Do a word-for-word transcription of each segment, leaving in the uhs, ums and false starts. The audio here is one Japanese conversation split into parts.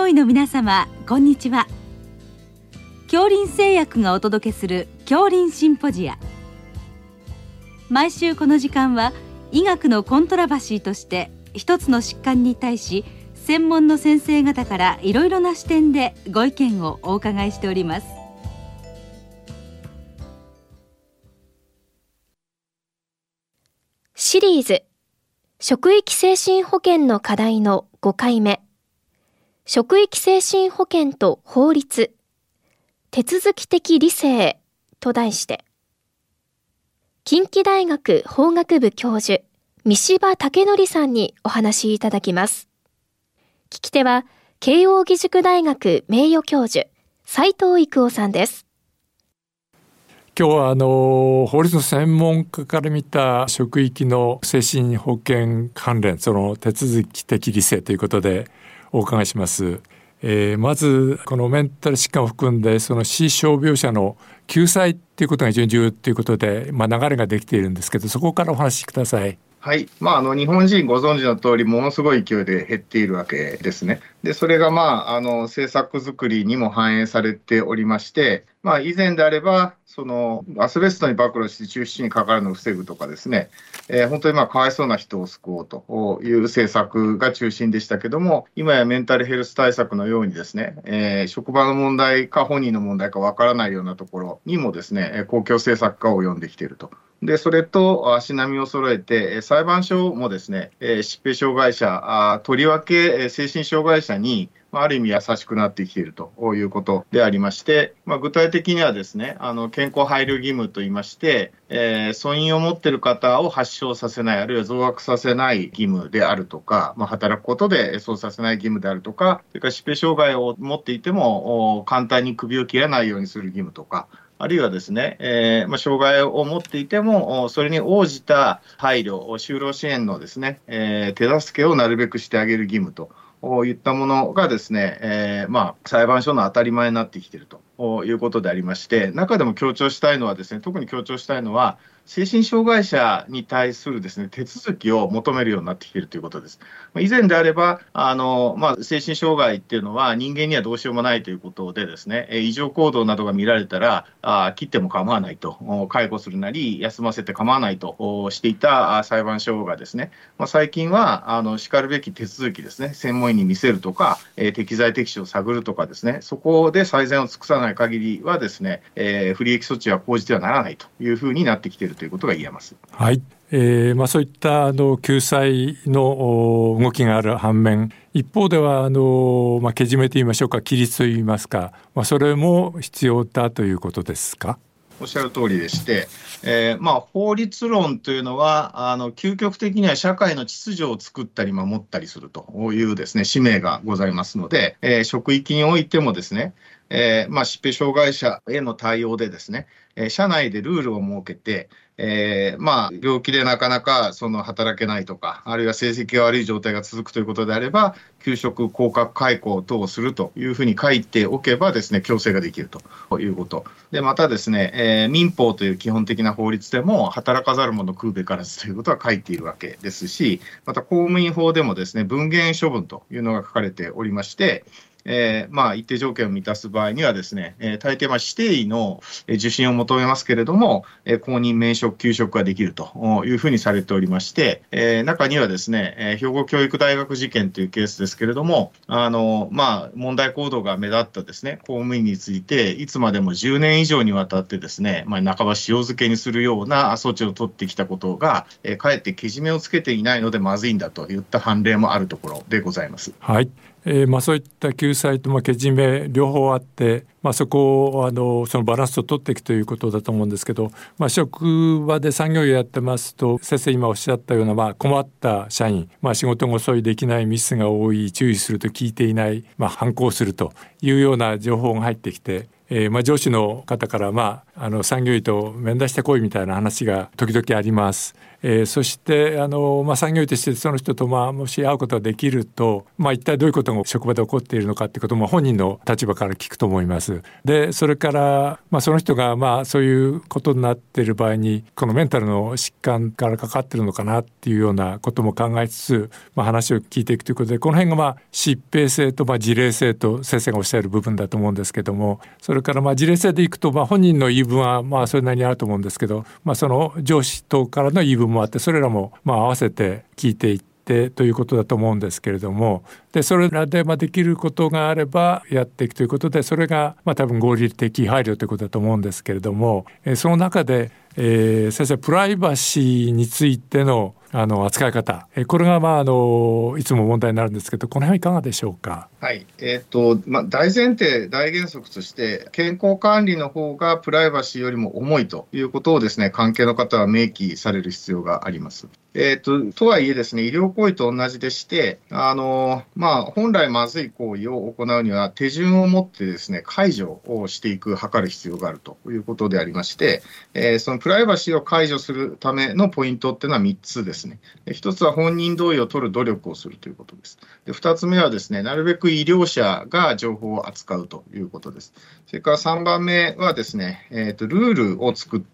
医の皆様、こんにちは。杏林製薬がお届けする杏林シンポジア。毎週この時間は医学のコントラバシーとして一つの疾患に対し専門の先生方からいろいろな視点でご意見をお伺いしております。 シリーズ職域精神保健の課題のごかいめ、職域精神保健と法律手続き的理性と題して、近畿大学法学部教授三柴武則さんにお話しいただきます。聞き手は慶應義塾大学名誉教授斉藤育夫さんです。 今日はあの法律の専門家から見た職域の精神保健関連、その手続き的理性ということでお伺いします。えー、まずこのメンタル疾患を含んでその死傷病者の救済ということが非常に重要ということで、まあ、流れができているんですけど、そこからお話しください。 はい、まあ、あの日本人ご存知の通りものすごい勢いで減っているわけですね。でそれが、まあ、あの政策作りにも反映されておりまして、まあ、以前であればそのアスベストに暴露して中止にかかるのを防ぐとかですね、えー、本当にまあかわいそうな人を救おうという政策が中心でしたけども、今やメンタルヘルス対策のようにですね、えー、職場の問題か本人の問題かわからないようなところにもですね、公共政策課を呼んできていると。でそれと足並みを揃えて裁判所もですね、疾病障害者、とりわけ精神障害者にある意味優しくなってきているということでありまして、まあ、具体的にはですね、あの健康配慮義務といいまして、えー、素因を持っている方を発症させない、あるいは増悪させない義務であるとか、まあ、働くことでそうさせない義務であるとか、それから疾病障害を持っていても簡単に首を切らないようにする義務とか、あるいはですね、えーまあ、障害を持っていてもそれに応じた配慮、就労支援のですね、えー、手助けをなるべくしてあげる義務といったものがですね、えーまあ、裁判所の当たり前になってきているということでありまして、中でも強調したいのはですね、特に強調したいのは精神障害者に対するですね、手続きを求めるようになってきているということです。以前であればあの、まあ、精神障害っていうのは人間にはどうしようもないということでですね、異常行動などが見られたらあ切っても構わないと、介護するなり休ませて構わないとしていた裁判所がですね、まあ、最近はあのしかるべき手続きですね、専門医に見せるとか、えー、適材適所を探るとかですね、そこで最善を尽くさない限りはですね、えー、不利益措置は講じてはならないというふうになってきているということが言えます。 はい、えーまあ、そういったあの救済の動きがある反面、一方ではあの、まあ、けじめと言いましょうか、規律と言いますか、まあ、それも必要だということですか。 おっしゃる通りでして、えーまあ、法律論というのはあの究極的には社会の秩序を作ったり守ったりするというですね、使命がございますので、えー、職域においてもですね、えーまあ、疾病障害者への対応でですね、えー、社内でルールを設けて、えーまあ、病気でなかなかその働けないとか、あるいは成績が悪い状態が続くということであれば、休職、降格解雇等をするというふうに書いておけばですね、強制ができるということ。で、またですね、えー、民法という基本的な法律でも、働かざる者食うべからずということは書いているわけですし、また公務員法でもですね、分限処分というのが書かれておりまして、えーまあ、一定条件を満たす場合にはですね、えー、大抵まあ指定医の受診を求めますけれども、えー、公認免職休職ができるというふうにされておりまして、えー、中にはですね、えー、兵庫教育大学事件というケースですけれども、あの、まあ、問題行動が目立ったですね、公務員についていつまでもじゅうねん以上にわたってですね、まあ、半ば塩漬けにするような措置を取ってきたことが、えー、かえってけじめをつけていないのでまずいんだといった判例もあるところでございます。 はい、えーまあ、そういった救済とまあけじめ両方あって、まあ、そこをあのそのバランスを取っていくということだと思うんですけど、まあ、職場で産業医やってますと、先生今おっしゃったような、まあ、困った社員、まあ、仕事が遅い、できない、ミスが多い、注意すると聞いていない、まあ、反抗するというような情報が入ってきて、 えーまあ、上司の方から、まあ、あの産業医と面談してこいみたいな話が時々あります。えー、そしてあの、まあ、産業医としてその人と、まあ、もし会うことができると、まあ、一体どういうことが職場で起こっているのかということも本人の立場から聞くと思います。でそれから、まあ、その人が、まあ、そういうことになっている場合にこのメンタルの疾患からかかっているのかなっていうようなことも考えつつ、まあ、話を聞いていくということで、この辺が、まあ、疾病性と、まあ、事例性と先生がおっしゃる部分だと思うんですけども、それから、まあ、事例性でいくと、まあ、本人の言い分は、まあ、それなりにあると思うんですけど、まあ、その上司等からの言い分もあって、それらもまあ合わせて聞いていってということだと思うんですけれども、でそれらでまあできることがあればやっていくということで、それがまあ多分合理的配慮ということだと思うんですけれども、えー、その中で、えー、先生プライバシーについてのあの扱い方、えー、これが、まあ、あのいつも問題になるんですけど、この辺はいかがでしょうか。 はい、えーとまあ、大前提大原則として健康管理の方がプライバシーよりも重いということをですね、関係の方は明記される必要があります。えーと、とはいえですね、医療行為と同じでして、あのまあ、本来まずい行為を行うには手順を持ってですね、解除をしていく、図る必要があるということでありまして、えー、そのプライバシーを解除するためのポイントっていうのはみっつですね。ひとつは本人同意を取る努力をするということです。で、ふたつめはですね、なるべく医療者が情報を扱うということです。それからさんばんめはですね、えーと、ルールを作って、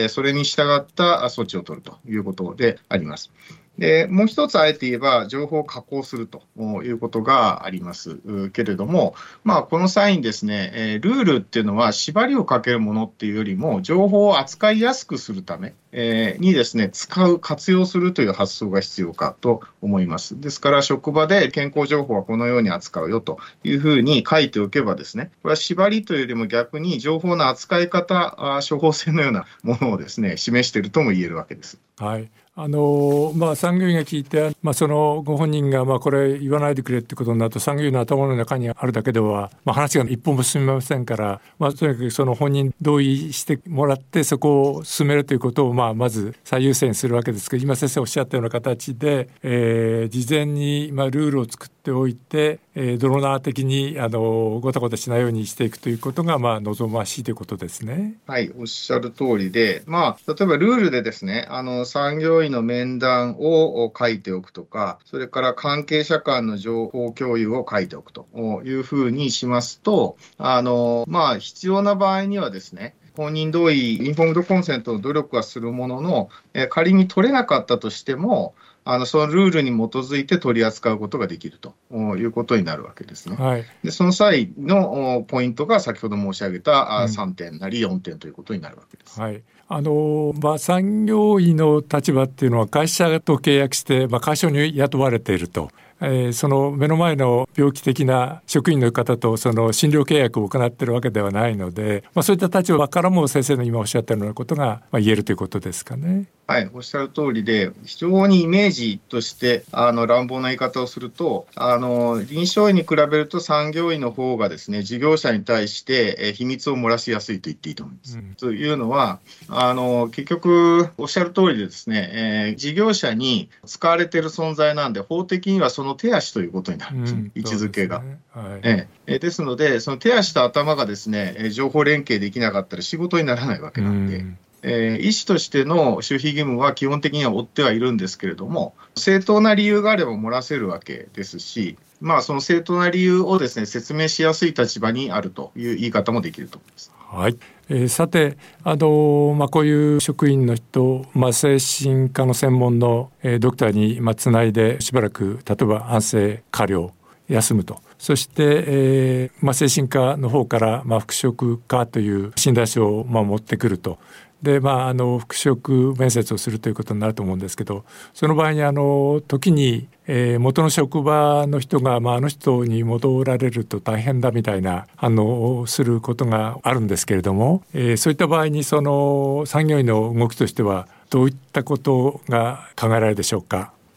それに従った措置を取るということであります。でもう一つあえて言えば情報を加工するということがありますけれども、まあ、この際にですね、えー、ルールっていうのは縛りをかけるものっていうよりも情報を扱いやすくするため、えー、にですね使う活用するという発想が必要かと思います。ですから職場で健康情報はこのように扱うよというふうに書いておけばですね、これは縛りというよりも逆に情報の扱い方、処方箋のようなものをですね示しているとも言えるわけです。 はい、あのまあ、産業医が聞いて、まあ、そのご本人がまあこれ言わないでくれってことになると、産業医の頭の中にあるだけでは、まあ、話が一歩も進みませんから、まあ、とにかくその本人同意してもらってそこを進めるということをまあまず最優先するわけですけど、今先生おっしゃったような形で、えー、事前にまあルールを作っておいて、えー、ドロナー的にあのごたごたしないようにしていくということがまあ望ましいということですね。 はい、おっしゃる通りで、まあ、例えばルールでですね、あの産業医の面談を書いておくとか、それから関係者間の情報共有を書いておくというふうにしますと、あのまあ、必要な場合にはですね、本人同意、インフォームドコンセントの努力はするものの、え仮に取れなかったとしても、あのそのルールに基づいて取り扱うことができるということになるわけですね。 はい、 でその際のポイントが先ほど申し上げたさんてんなりよんてんということになるわけです。 はい、あのまあ、産業医の立場っていうのは会社と契約して、まあ、会社に雇われていると。えー、その目の前の病気的な職員の方とその診療契約を行っているわけではないので、まあ、そういった立場からも先生の今おっしゃったようなことがまあ言えるということですかね。 はい、おっしゃる通りで、非常にイメージとしてあの乱暴な言い方をすると、あの臨床医に比べると産業医の方がですね、事業者に対してえ秘密を漏らしやすいと言っていいと思います。うん、というのは、あの結局おっしゃる通りでですね、えー、事業者に使われている存在なんで、法的にはその手足ということになるんですね、うん、位置づけが。ですね、はい、ええですので、その手足と頭がですね、情報連携できなかったら仕事にならないわけなんで、うんえー、医師としての守秘義務は基本的には負ってはいるんですけれども、正当な理由があれば漏らせるわけですし、まあ、その正当な理由をですね、説明しやすい立場にあるという言い方もできると思います。 はい、えー、さてあの、まあ、こういう職員の人、まあ、精神科の専門の、えー、ドクターに、まあ、つないでしばらく例えば安静加療休むと、そして、えーまあ、精神科の方から、まあ、復職科という診断書を、まあ、持ってくると。でまあ、あの復職面接をするということになると思うんですけど、その場合にあの時に、えー、元の職場の人が、まあ、あの人に戻られると大変だみたいな反応をすることがあるんですけれども、えー、そういった場合にその産業医の動きとしてはどういったことが考えられるでしょうか。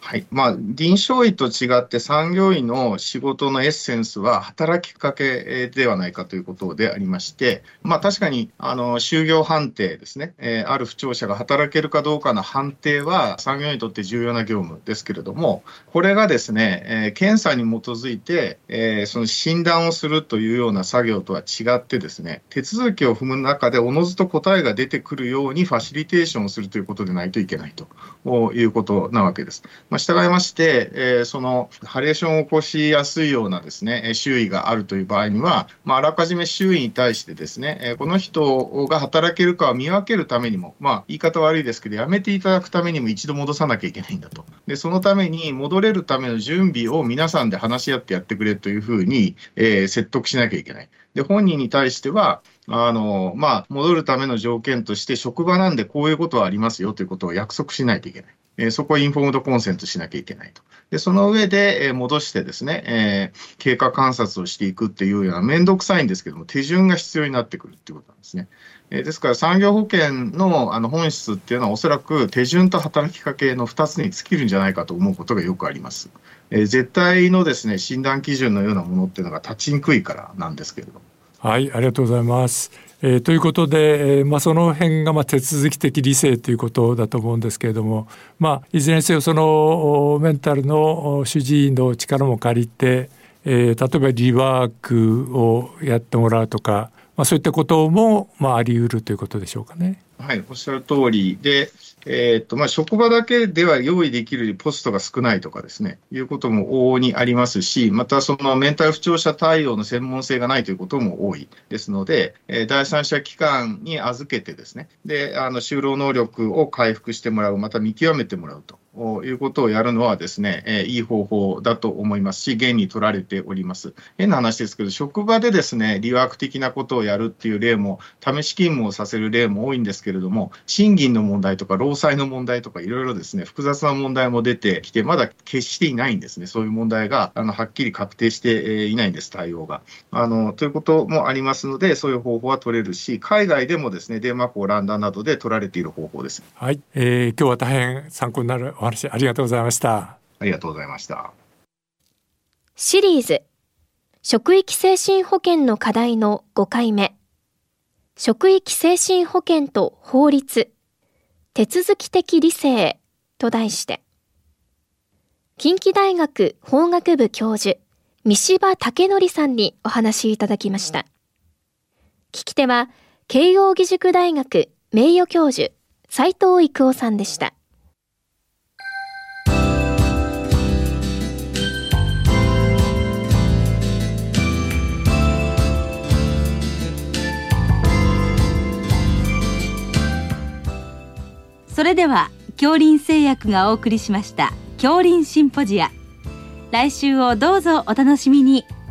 はいまあ、臨床医と違って産業医の仕事のエッセンスは働きかけではないかということでありまして、まあ、確かにあの就業判定ですね、えー、ある不調者が働けるかどうかの判定は産業医にとって重要な業務ですけれども、これがですね、えー、検査に基づいて、えー、その診断をするというような作業とは違ってですね、手続きを踏む中でおのずと答えが出てくるようにファシリテーションをするということでないといけないということなわけです。まあ、従いまして、えー、そのハレーションを起こしやすいようなですね、周囲があるという場合には、まあ、あらかじめ周囲に対してですね、えー、この人が働けるかを見分けるためにも、まあ、言い方悪いですけど、やめていただくためにも一度戻さなきゃいけないんだと。で、そのために戻れるための準備を皆さんで話し合ってやってくれというふうに、えー、説得しなきゃいけない。で、本人に対しては、あの、まあ、戻るための条件として、職場なんでこういうことはありますよということを約束しないといけない。えー、そこはインフォームドコンセントしなきゃいけないと。で、その上で、えー、戻してですね、えー、経過観察をしていくっていうようなめんどくさいんですけども、手順が必要になってくるっていうことなんですね。えー、ですから産業保険の、あの本質っていうのはおそらく手順と働きかけのふたつに尽きるんじゃないかと思うことがよくあります。えー、絶対のですね、診断基準のようなものっていうのが立ちにくいからなんですけれども。 はい、ありがとうございます。えー、ということで、えーまあ、その辺がまあ手続き的理性ということだと思うんですけれども、まあ、いずれにせよそのメンタルの主治医の力も借りて、えー、例えばリワークをやってもらうとか、まあ、そういったこともまああり得るということでしょうかね。 はい、おっしゃる通りで、えーっとまあ、職場だけでは用意できるポストが少ないとかですね、いうことも往々にありますし、またそのメンタル不調者対応の専門性がないということも多いですので、えー、第三者機関に預けてですね、で、あの就労能力を回復してもらう、また見極めてもらうと。いうことをやるのはですね、えー、いい方法だと思いますし、現に取られております。変な話ですけど、職場でですね、リワーク的なことをやるっていう例も、試し勤務をさせる例も多いんですけれども、賃金の問題とか労災の問題とかいろいろですね、複雑な問題も出てきて、まだ決していないんですね。そういう問題があのはっきり確定していないんです、対応が。あのということもありますので、そういう方法は取れるし、海外でもですね、デンマーク、オランダなどで取られている方法です。 はい、えー、今日は大変参考になるお話ありがとうございました。 ありがとうございました。 シリーズ職域精神保健の課題のごかいめ、職域精神保健と法律手続き的理性と題して、近畿大学法学部教授三柴武則さんにお話しいただきました。聞き手は慶應義塾大学名誉教授斉藤育夫さんでした。 それでは京林製薬がお送りしました京林シンポジア、来週をどうぞお楽しみに。